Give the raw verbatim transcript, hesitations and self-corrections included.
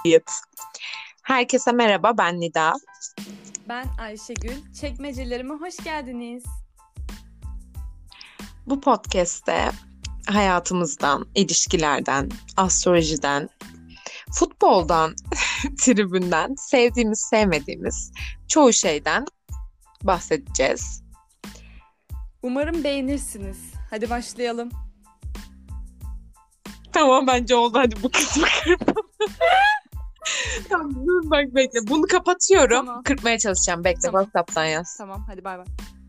Kayıt. Herkese merhaba, ben Nida. Ben Ayşegül. Çekmecelerime hoş geldiniz. Bu podcast'te hayatımızdan, ilişkilerden, astrolojiden, futboldan, tribünden, sevdiğimiz, sevmediğimiz çoğu şeyden bahsedeceğiz. Umarım beğenirsiniz. Hadi başlayalım. Tamam, bence oldu. Hadi bu kısmı kırpalım. Tamam, dur bak bekle. Bunu kapatıyorum. Tamam. Kırpmaya çalışacağım. Bekle, Tamam. WhatsApp'tan yaz. Tamam, hadi bay bay.